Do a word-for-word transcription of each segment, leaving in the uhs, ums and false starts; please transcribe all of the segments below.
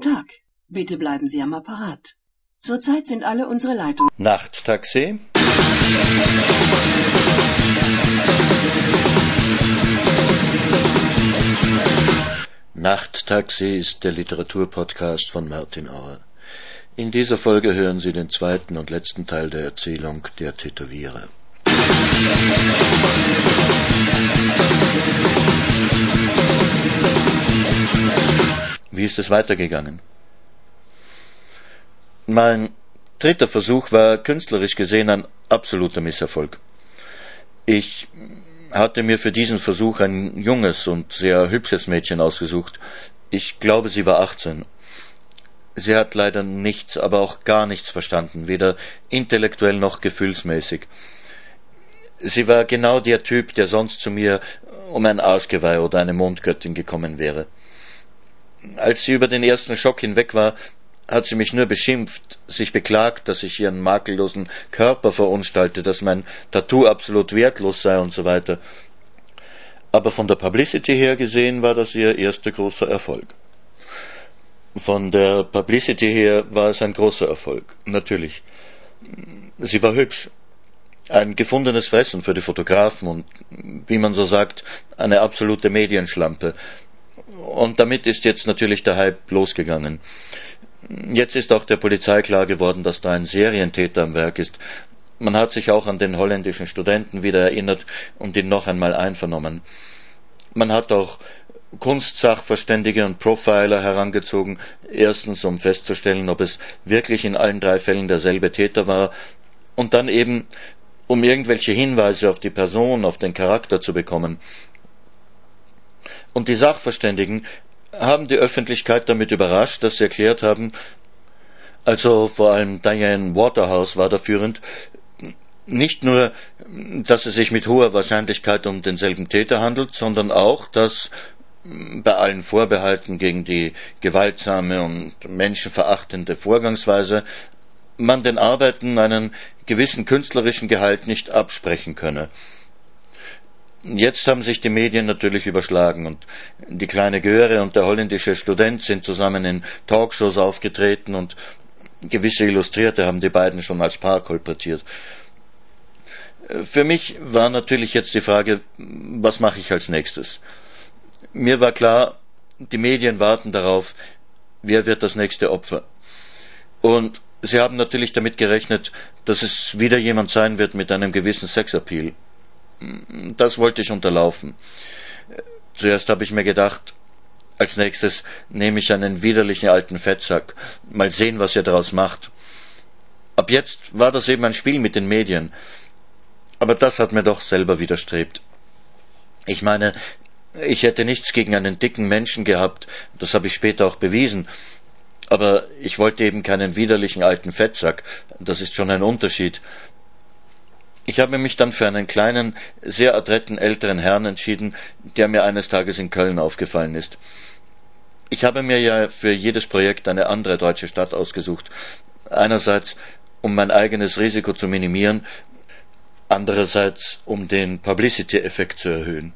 Tag. Bitte bleiben Sie am Apparat. Zurzeit sind alle unsere Leitungen... Nachttaxi? Nachttaxi ist der Literaturpodcast von Martin Auer. In dieser Folge hören Sie den zweiten und letzten Teil der Erzählung Der Tätowierer. Wie ist es weitergegangen? Mein dritter Versuch war künstlerisch gesehen ein absoluter Misserfolg. Ich hatte mir für diesen Versuch ein junges und sehr hübsches Mädchen ausgesucht. Ich glaube, sie war achtzehn. Sie hat leider nichts, aber auch gar nichts verstanden, weder intellektuell noch gefühlsmäßig. Sie war genau der Typ, der sonst zu mir um ein Arschgeweih oder eine Mondgöttin gekommen wäre. Als sie über den ersten Schock hinweg war, hat sie mich nur beschimpft, sich beklagt, dass ich ihren makellosen Körper verunstalte, dass mein Tattoo absolut wertlos sei und so weiter. Aber von der Publicity her gesehen war das ihr erster großer Erfolg. Von der Publicity her war es ein großer Erfolg, natürlich. Sie war hübsch, ein gefundenes Fressen für die Fotografen und, wie man so sagt, eine absolute Medienschlampe. Und damit ist jetzt natürlich der Hype losgegangen. Jetzt ist auch der Polizei klar geworden, dass da ein Serientäter am Werk ist. Man hat sich auch an den holländischen Studenten wieder erinnert und ihn noch einmal einvernommen. Man hat auch Kunstsachverständige und Profiler herangezogen, erstens um festzustellen, ob es wirklich in allen drei Fällen derselbe Täter war, und dann eben, um irgendwelche Hinweise auf die Person, auf den Charakter zu bekommen. Und die Sachverständigen haben die Öffentlichkeit damit überrascht, dass sie erklärt haben, also vor allem Diane Waterhouse war da führend, nicht nur, dass es sich mit hoher Wahrscheinlichkeit um denselben Täter handelt, sondern auch, dass bei allen Vorbehalten gegen die gewaltsame und menschenverachtende Vorgangsweise man den Arbeiten einen gewissen künstlerischen Gehalt nicht absprechen könne. Jetzt haben sich die Medien natürlich überschlagen und die kleine Göre und der holländische Student sind zusammen in Talkshows aufgetreten und gewisse Illustrierte haben die beiden schon als Paar kolportiert. Für mich war natürlich jetzt die Frage, was mache ich als nächstes? Mir war klar, die Medien warten darauf, wer wird das nächste Opfer. Und sie haben natürlich damit gerechnet, dass es wieder jemand sein wird mit einem gewissen Sexappeal. Das wollte ich unterlaufen. Zuerst habe ich mir gedacht, als nächstes nehme ich einen widerlichen alten Fettsack. Mal sehen, was er daraus macht. Ab jetzt war das eben ein Spiel mit den Medien. Aber das hat mir doch selber widerstrebt. Ich meine, ich hätte nichts gegen einen dicken Menschen gehabt, das habe ich später auch bewiesen. Aber ich wollte eben keinen widerlichen alten Fettsack, das ist schon ein Unterschied. Ich habe mich dann für einen kleinen, sehr adretten älteren Herrn entschieden, der mir eines Tages in Köln aufgefallen ist. Ich habe mir ja für jedes Projekt eine andere deutsche Stadt ausgesucht. Einerseits, um mein eigenes Risiko zu minimieren, andererseits, um den Publicity-Effekt zu erhöhen.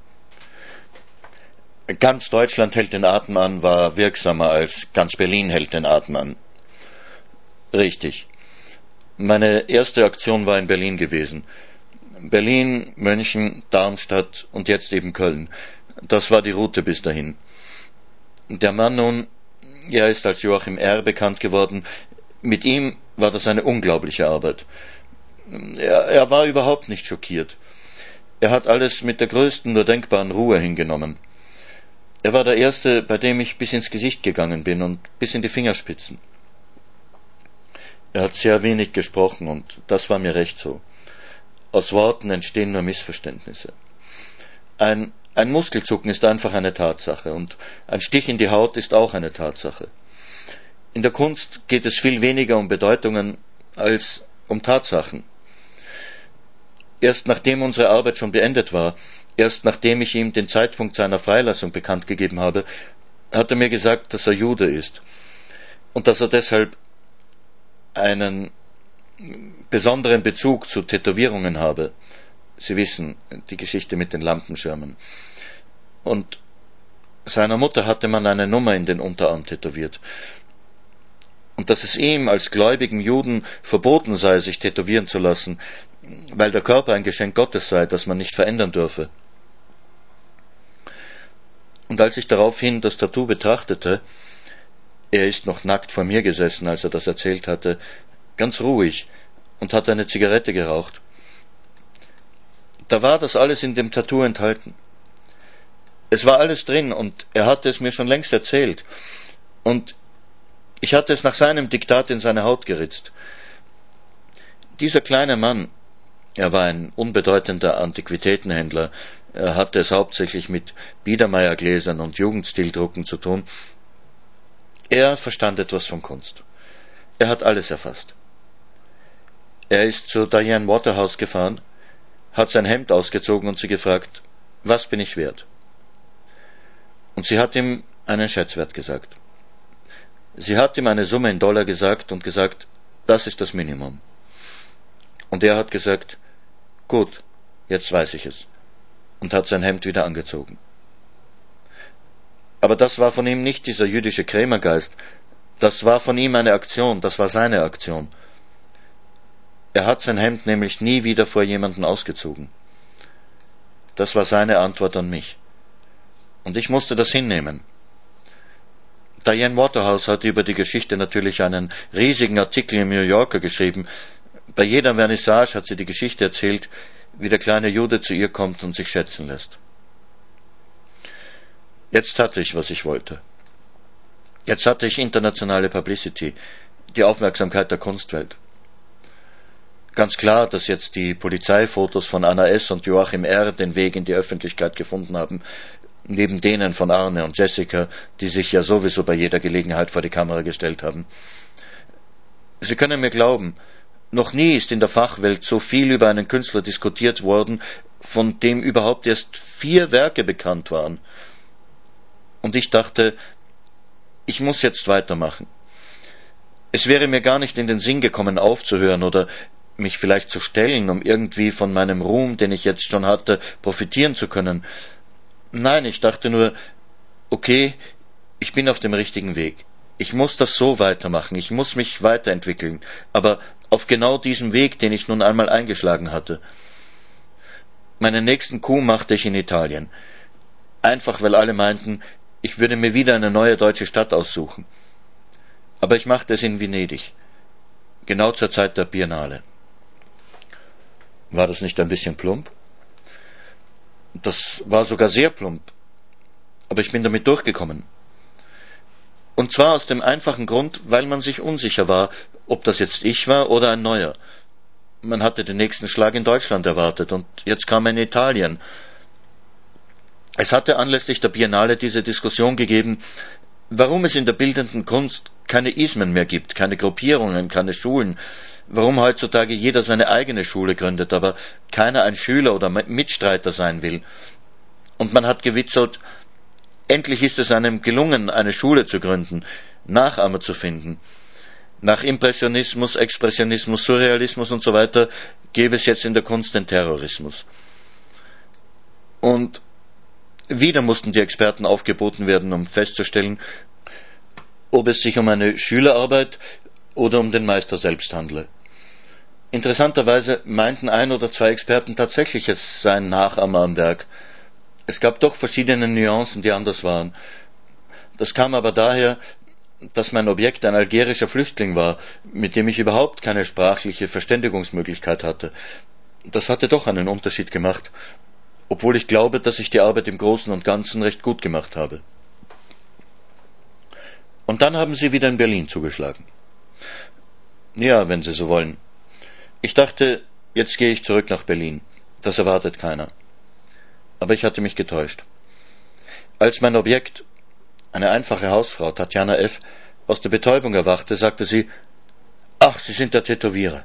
Ganz Deutschland hält den Atem an war wirksamer als ganz Berlin hält den Atem an. Richtig. Meine erste Aktion war in Berlin gewesen. Berlin, München, Darmstadt und jetzt eben Köln. Das war die Route bis dahin. Der Mann nun, er ist als Joachim R. bekannt geworden. Mit ihm war das eine unglaubliche Arbeit. Er, er war überhaupt nicht schockiert. Er hat alles mit der größten nur denkbaren Ruhe hingenommen. Er war der Erste, bei dem ich bis ins Gesicht gegangen bin und bis in die Fingerspitzen. Er hat sehr wenig gesprochen und das war mir recht so. Aus Worten entstehen nur Missverständnisse. Ein, ein Muskelzucken ist einfach eine Tatsache und ein Stich in die Haut ist auch eine Tatsache. In der Kunst geht es viel weniger um Bedeutungen als um Tatsachen. Erst nachdem unsere Arbeit schon beendet war, erst nachdem ich ihm den Zeitpunkt seiner Freilassung bekannt gegeben habe, hat er mir gesagt, dass er Jude ist und dass er deshalb einen besonderen Bezug zu Tätowierungen habe. Sie wissen, die Geschichte mit den Lampenschirmen. Und seiner Mutter hatte man eine Nummer in den Unterarm tätowiert. und dass es ihm als gläubigen Juden verboten sei, sich tätowieren zu lassen, weil der Körper ein Geschenk Gottes sei, das man nicht verändern dürfe. Und als ich daraufhin das Tattoo betrachtete, er ist noch nackt vor mir gesessen, als er das erzählt hatte, ganz ruhig, und hat eine Zigarette geraucht. Da war das alles in dem Tattoo enthalten. Es war alles drin, und er hatte es mir schon längst erzählt. Und ich hatte es nach seinem Diktat in seine Haut geritzt. Dieser kleine Mann, er war ein unbedeutender Antiquitätenhändler, er hatte es hauptsächlich mit Biedermeiergläsern und Jugendstildrucken zu tun. Er verstand etwas von Kunst. Er hat alles erfasst. Er ist zu Diane Waterhouse gefahren, hat sein Hemd ausgezogen und sie gefragt, was bin ich wert? Und sie hat ihm einen Schätzwert gesagt. Sie hat ihm eine Summe in Dollar gesagt und gesagt, das ist das Minimum. Und er hat gesagt, gut, jetzt weiß ich es, und hat sein Hemd wieder angezogen. Aber das war von ihm nicht dieser jüdische Krämergeist, das war von ihm eine Aktion, das war seine Aktion. Er hat sein Hemd nämlich nie wieder vor jemanden ausgezogen. Das war seine Antwort an mich. Und ich musste das hinnehmen. Diane Waterhouse hat über die Geschichte natürlich einen riesigen Artikel im New Yorker geschrieben. Bei jeder Vernissage hat sie die Geschichte erzählt, wie der kleine Jude zu ihr kommt und sich schätzen lässt. Jetzt hatte ich, was ich wollte. Jetzt hatte ich internationale Publicity, die Aufmerksamkeit der Kunstwelt. Ganz klar, dass jetzt die Polizeifotos von Anna S. und Joachim R. den Weg in die Öffentlichkeit gefunden haben, neben denen von Arne und Jessica, die sich ja sowieso bei jeder Gelegenheit vor die Kamera gestellt haben. Sie können mir glauben, noch nie ist in der Fachwelt so viel über einen Künstler diskutiert worden, von dem überhaupt erst vier Werke bekannt waren. Und ich dachte, ich muss jetzt weitermachen. Es wäre mir gar nicht in den Sinn gekommen, aufzuhören oder mich vielleicht zu stellen, um irgendwie von meinem Ruhm, den ich jetzt schon hatte, profitieren zu können. Nein, ich dachte nur, okay, ich bin auf dem richtigen Weg. Ich muss das so weitermachen, ich muss mich weiterentwickeln, aber auf genau diesem Weg, den ich nun einmal eingeschlagen hatte. Meinen nächsten Coup machte ich in Italien. Einfach, weil alle meinten, ich würde mir wieder eine neue deutsche Stadt aussuchen. Aber ich machte es in Venedig, genau zur Zeit der Biennale. War das nicht ein bisschen plump? Das war sogar sehr plump, aber ich bin damit durchgekommen. Und zwar aus dem einfachen Grund, weil man sich unsicher war, ob das jetzt ich war oder ein neuer. Man hatte den nächsten Schlag in Deutschland erwartet und jetzt kam er in Italien. Es hatte anlässlich der Biennale diese Diskussion gegeben, warum es in der bildenden Kunst keine Ismen mehr gibt, keine Gruppierungen, keine Schulen, warum heutzutage jeder seine eigene Schule gründet, aber keiner ein Schüler oder Mitstreiter sein will. Und man hat gewitzelt, endlich ist es einem gelungen, eine Schule zu gründen, Nachahmer zu finden. Nach Impressionismus, Expressionismus, Surrealismus und so weiter gäbe es jetzt in der Kunst den Terrorismus. Und wieder mussten die Experten aufgeboten werden, um festzustellen, ob es sich um eine Schülerarbeit oder um den Meister selbst handle. Interessanterweise meinten ein oder zwei Experten tatsächlich, es sei ein Nachahmer am Werk. Es gab doch verschiedene Nuancen, die anders waren. Das kam aber daher, dass mein Objekt ein algerischer Flüchtling war, mit dem ich überhaupt keine sprachliche Verständigungsmöglichkeit hatte. Das hatte doch einen Unterschied gemacht, obwohl ich glaube, dass ich die Arbeit im Großen und Ganzen recht gut gemacht habe. Und dann haben sie wieder in Berlin zugeschlagen. Ja, wenn Sie so wollen. Ich dachte, jetzt gehe ich zurück nach Berlin. Das erwartet keiner. Aber ich hatte mich getäuscht. Als mein Objekt, eine einfache Hausfrau, Tatjana F., aus der Betäubung erwachte, sagte sie, »Ach, Sie sind der Tätowierer.«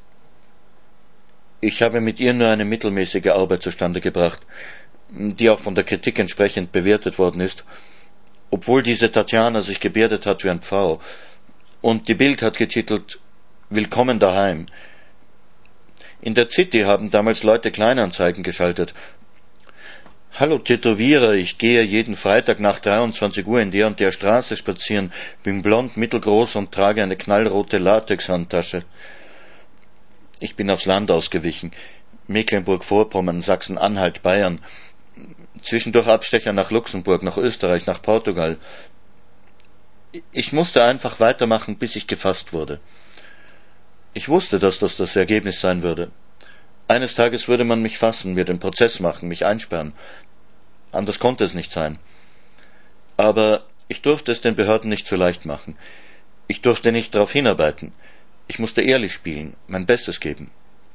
Ich habe mit ihr nur eine mittelmäßige Arbeit zustande gebracht, die auch von der Kritik entsprechend bewertet worden ist, obwohl diese Tatjana sich gebärdet hat wie ein Pfau. Und die Bild hat getitelt »Willkommen daheim«. In der City haben damals Leute Kleinanzeigen geschaltet. Hallo Tätowierer, ich gehe jeden Freitag nach dreiundzwanzig Uhr in der und der Straße spazieren, bin blond, mittelgroß und trage eine knallrote Latex-Handtasche. Ich bin aufs Land ausgewichen. Mecklenburg-Vorpommern, Sachsen-Anhalt, Bayern. Zwischendurch Abstecher nach Luxemburg, nach Österreich, nach Portugal. Ich musste einfach weitermachen, bis ich gefasst wurde. Ich wusste, dass das das Ergebnis sein würde. Eines Tages würde man mich fassen, mir den Prozess machen, mich einsperren. Anders konnte es nicht sein. Aber ich durfte es den Behörden nicht so leicht machen. Ich durfte nicht darauf hinarbeiten. Ich musste ehrlich spielen, mein Bestes geben.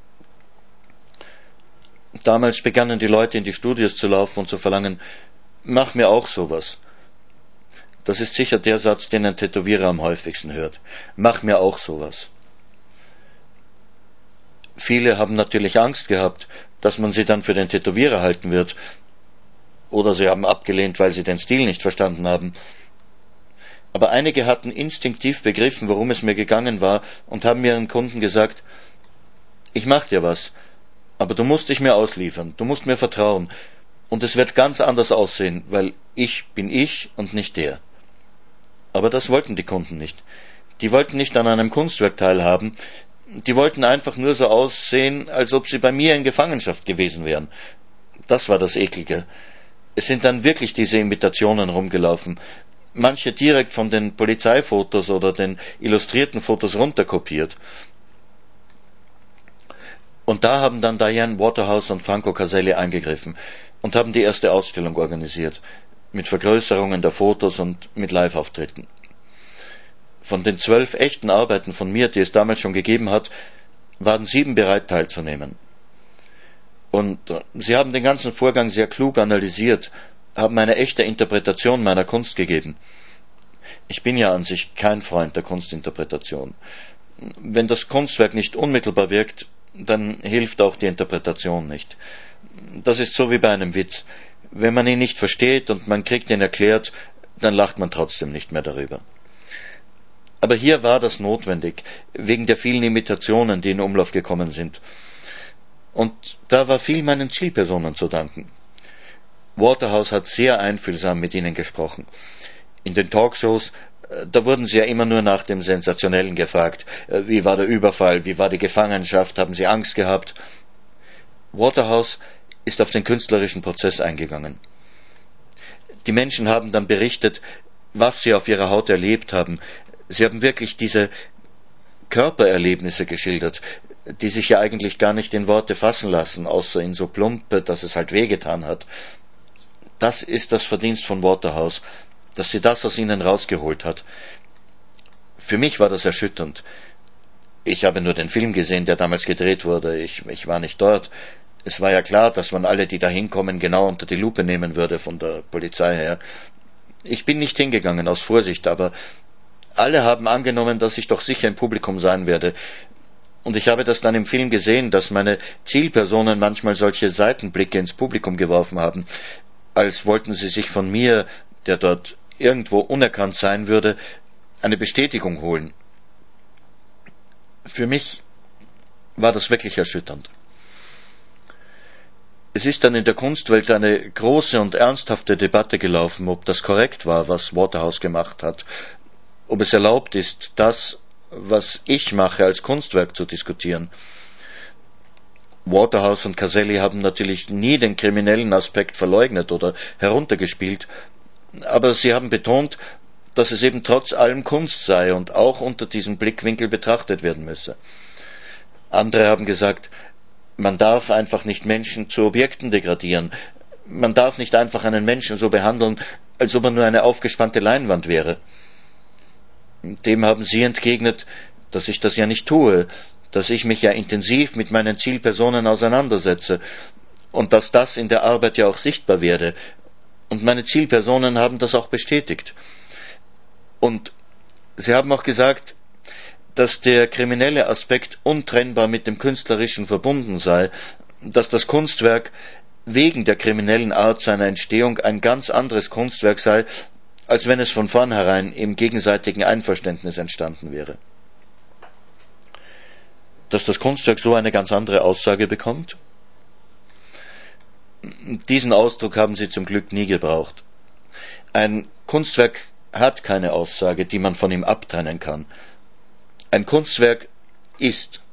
Damals begannen die Leute in die Studios zu laufen und zu verlangen, mach mir auch sowas. Das ist sicher der Satz, den ein Tätowierer am häufigsten hört. Mach mir auch sowas. Viele haben natürlich Angst gehabt, dass man sie dann für den Tätowierer halten wird. Oder sie haben abgelehnt, weil sie den Stil nicht verstanden haben. Aber einige hatten instinktiv begriffen, worum es mir gegangen war, und haben ihren Kunden gesagt, ich mach dir was, aber du musst dich mir ausliefern, du musst mir vertrauen, und es wird ganz anders aussehen, weil ich bin ich und nicht der. Aber das wollten die Kunden nicht. Die wollten nicht an einem Kunstwerk teilhaben, die wollten einfach nur so aussehen, als ob sie bei mir in Gefangenschaft gewesen wären. Das war das Eklige. Es sind dann wirklich diese Imitationen rumgelaufen, manche direkt von den Polizeifotos oder den illustrierten Fotos runterkopiert. Und da haben dann Diane Waterhouse und Franco Caselli eingegriffen und haben die erste Ausstellung organisiert, mit Vergrößerungen der Fotos und mit Live-Auftritten. Von den zwölf echten Arbeiten von mir, die es damals schon gegeben hat, waren sieben bereit teilzunehmen. Und sie haben den ganzen Vorgang sehr klug analysiert, haben eine echte Interpretation meiner Kunst gegeben. Ich bin ja an sich kein Freund der Kunstinterpretation. Wenn das Kunstwerk nicht unmittelbar wirkt, dann hilft auch die Interpretation nicht. Das ist so wie bei einem Witz. Wenn man ihn nicht versteht und man kriegt ihn erklärt, dann lacht man trotzdem nicht mehr darüber. Aber hier war das notwendig, wegen der vielen Imitationen, die in Umlauf gekommen sind. Und da war viel meinen Zielpersonen zu danken. Waterhouse hat sehr einfühlsam mit ihnen gesprochen. In den Talkshows, da wurden sie ja immer nur nach dem Sensationellen gefragt. Wie war der Überfall? Wie war die Gefangenschaft? Haben sie Angst gehabt? Waterhouse ist auf den künstlerischen Prozess eingegangen. Die Menschen haben dann berichtet, was sie auf ihrer Haut erlebt haben. Sie haben wirklich diese Körpererlebnisse geschildert, die sich ja eigentlich gar nicht in Worte fassen lassen, außer in so plumpe, dass es halt wehgetan hat. Das ist das Verdienst von Waterhouse, dass sie das aus ihnen rausgeholt hat. Für mich war das erschütternd. Ich habe nur den Film gesehen, der damals gedreht wurde. Ich, ich war nicht dort. Es war ja klar, dass man alle, die da hinkommen, genau unter die Lupe nehmen würde von der Polizei her. Ich bin nicht hingegangen aus Vorsicht, aber alle haben angenommen, dass ich doch sicher im Publikum sein werde. Und ich habe das dann im Film gesehen, dass meine Zielpersonen manchmal solche Seitenblicke ins Publikum geworfen haben, als wollten sie sich von mir, der dort irgendwo unerkannt sein würde, eine Bestätigung holen. Für mich war das wirklich erschütternd. Es ist dann in der Kunstwelt eine große und ernsthafte Debatte gelaufen, ob das korrekt war, was Waterhouse gemacht hat, ob es erlaubt ist, das, was ich mache, als Kunstwerk zu diskutieren. Waterhouse und Caselli haben natürlich nie den kriminellen Aspekt verleugnet oder heruntergespielt, aber sie haben betont, dass es eben trotz allem Kunst sei und auch unter diesem Blickwinkel betrachtet werden müsse. Andere haben gesagt, man darf einfach nicht Menschen zu Objekten degradieren, man darf nicht einfach einen Menschen so behandeln, als ob er nur eine aufgespannte Leinwand wäre. Dem haben sie entgegnet, dass ich das ja nicht tue, dass ich mich ja intensiv mit meinen Zielpersonen auseinandersetze und dass das in der Arbeit ja auch sichtbar werde. Und meine Zielpersonen haben das auch bestätigt. Und sie haben auch gesagt, dass der kriminelle Aspekt untrennbar mit dem Künstlerischen verbunden sei, dass das Kunstwerk wegen der kriminellen Art seiner Entstehung ein ganz anderes Kunstwerk sei, als wenn es von vornherein im gegenseitigen Einverständnis entstanden wäre. Dass das Kunstwerk so eine ganz andere Aussage bekommt? Diesen Ausdruck haben sie zum Glück nie gebraucht. Ein Kunstwerk hat keine Aussage, die man von ihm abtrennen kann. Ein Kunstwerk ist.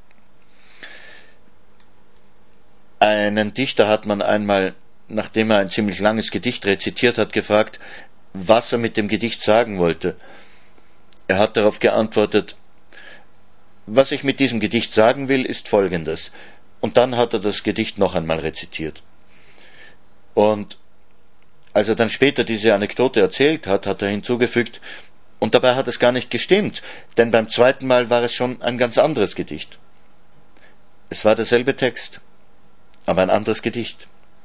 Einen Dichter hat man einmal, nachdem er ein ziemlich langes Gedicht rezitiert hat, gefragt, was er mit dem Gedicht sagen wollte. Er hat darauf geantwortet, was ich mit diesem Gedicht sagen will, ist Folgendes. Und dann hat er das Gedicht noch einmal rezitiert. Und als er dann später diese Anekdote erzählt hat, hat er hinzugefügt, und dabei hat es gar nicht gestimmt, denn beim zweiten Mal war es schon ein ganz anderes Gedicht. Es war derselbe Text, aber ein anderes Gedicht.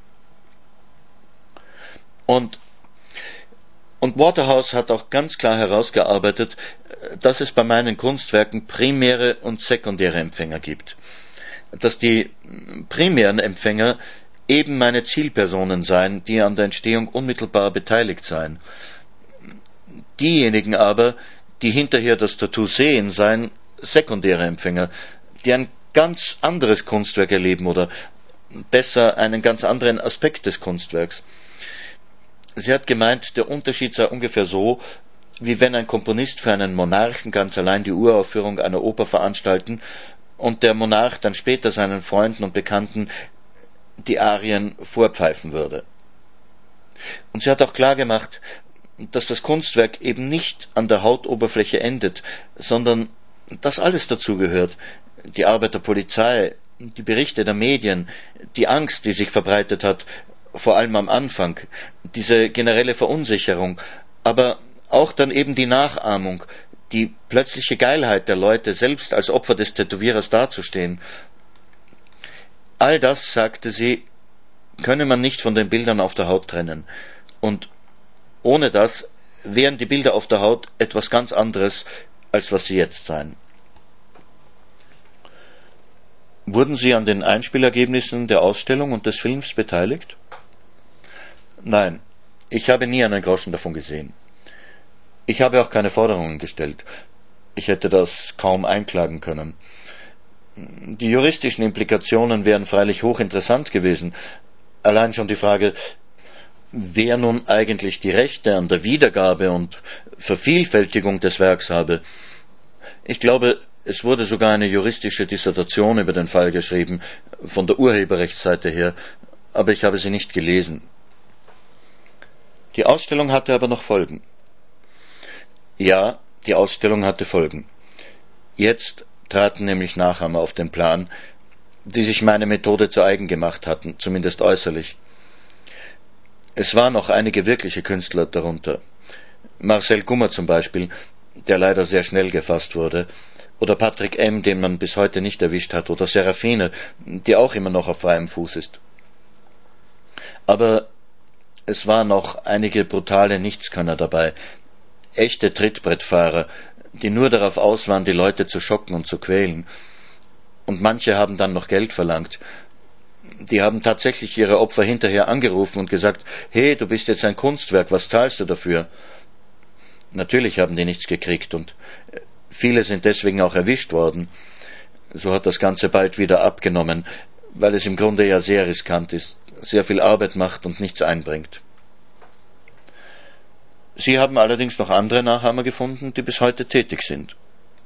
Und, und Waterhouse hat auch ganz klar herausgearbeitet, dass es bei meinen Kunstwerken primäre und sekundäre Empfänger gibt. Dass die primären Empfänger eben meine Zielpersonen seien, die an der Entstehung unmittelbar beteiligt seien. Diejenigen aber, die hinterher das Tattoo sehen, seien sekundäre Empfänger, die ein ganz anderes Kunstwerk erleben oder besser einen ganz anderen Aspekt des Kunstwerks. Sie hat gemeint, der Unterschied sei ungefähr so, wie wenn ein Komponist für einen Monarchen ganz allein die Uraufführung einer Oper veranstalten und der Monarch dann später seinen Freunden und Bekannten die Arien vorpfeifen würde. Und sie hat auch klar gemacht, dass das Kunstwerk eben nicht an der Hautoberfläche endet, sondern dass alles dazugehört. Die Arbeit der Polizei, die Berichte der Medien, die Angst, die sich verbreitet hat, vor allem am Anfang, diese generelle Verunsicherung, aber auch dann eben die Nachahmung, die plötzliche Geilheit der Leute, selbst als Opfer des Tätowierers dazustehen. All das, sagte sie, könne man nicht von den Bildern auf der Haut trennen. Und ohne das wären die Bilder auf der Haut etwas ganz anderes, als was sie jetzt seien. Wurden Sie an den Einspielergebnissen der Ausstellung und des Films beteiligt? Nein, ich habe nie einen Groschen davon gesehen. Ich habe auch keine Forderungen gestellt. Ich hätte das kaum einklagen können. Die juristischen Implikationen wären freilich hochinteressant gewesen. Allein schon die Frage, wer nun eigentlich die Rechte an der Wiedergabe und Vervielfältigung des Werks habe. Ich glaube, es wurde sogar eine juristische Dissertation über den Fall geschrieben, von der Urheberrechtsseite her, aber ich habe sie nicht gelesen. Die Ausstellung hatte aber noch Folgen. Ja, die Ausstellung hatte Folgen. Jetzt traten nämlich Nachahmer auf den Plan, die sich meine Methode zu eigen gemacht hatten, zumindest äußerlich. Es waren noch einige wirkliche Künstler darunter. Marcel Gummer zum Beispiel, der leider sehr schnell gefasst wurde, oder Patrick M., den man bis heute nicht erwischt hat, oder Serafine, die auch immer noch auf freiem Fuß ist. Aber es waren noch einige brutale Nichtskönner dabei, echte Trittbrettfahrer, die nur darauf aus waren, die Leute zu schocken und zu quälen. Und manche haben dann noch Geld verlangt. Die haben tatsächlich ihre Opfer hinterher angerufen und gesagt, hey, du bist jetzt ein Kunstwerk, was zahlst du dafür? Natürlich haben die nichts gekriegt und viele sind deswegen auch erwischt worden. So hat das Ganze bald wieder abgenommen, weil es im Grunde ja sehr riskant ist, sehr viel Arbeit macht und nichts einbringt. Sie haben allerdings noch andere Nachahmer gefunden, die bis heute tätig sind.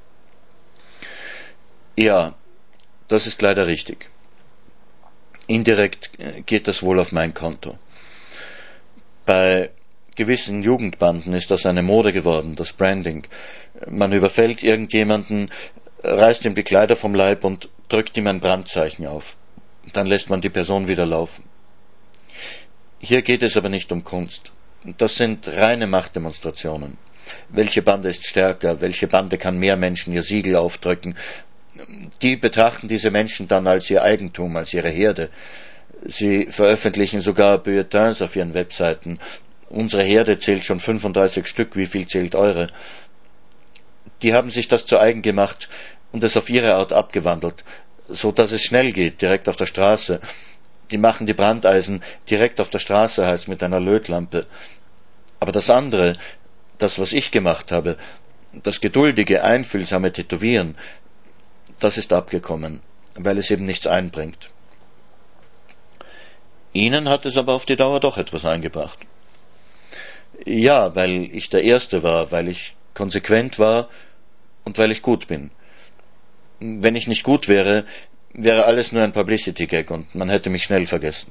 Ja, das ist leider richtig. Indirekt geht das wohl auf mein Konto. Bei gewissen Jugendbanden ist das eine Mode geworden, das Branding. Man überfällt irgendjemanden, reißt ihm die Kleider vom Leib und drückt ihm ein Brandzeichen auf. Dann lässt man die Person wieder laufen. Hier geht es aber nicht um Kunst. Das sind reine Machtdemonstrationen. Welche Bande ist stärker? Welche Bande kann mehr Menschen ihr Siegel aufdrücken? Die betrachten diese Menschen dann als ihr Eigentum, als ihre Herde. Sie veröffentlichen sogar Bulletins auf ihren Webseiten. Unsere Herde zählt schon fünfunddreißig Stück, wie viel zählt eure? Die haben sich das zu eigen gemacht und es auf ihre Art abgewandelt, so dass es schnell geht, direkt auf der Straße. Die machen die Brandeisen direkt auf der Straße, heißt mit einer Lötlampe. Aber das andere, das, was ich gemacht habe, das geduldige, einfühlsame Tätowieren, das ist abgekommen, weil es eben nichts einbringt. Ihnen hat es aber auf die Dauer doch etwas eingebracht. Ja, weil ich der Erste war, weil ich konsequent war und weil ich gut bin. Wenn ich nicht gut wäre, wäre alles nur ein Publicity-Gag und man hätte mich schnell vergessen.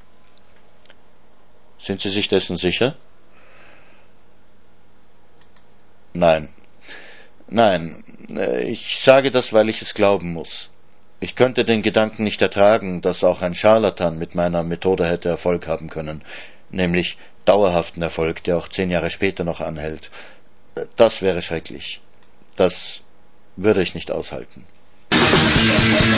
Sind Sie sich dessen sicher? Nein. Nein, ich sage das, weil ich es glauben muss. Ich könnte den Gedanken nicht ertragen, dass auch ein Scharlatan mit meiner Methode hätte Erfolg haben können, nämlich dauerhaften Erfolg, der auch zehn Jahre später noch anhält. Das wäre schrecklich. Das würde ich nicht aushalten.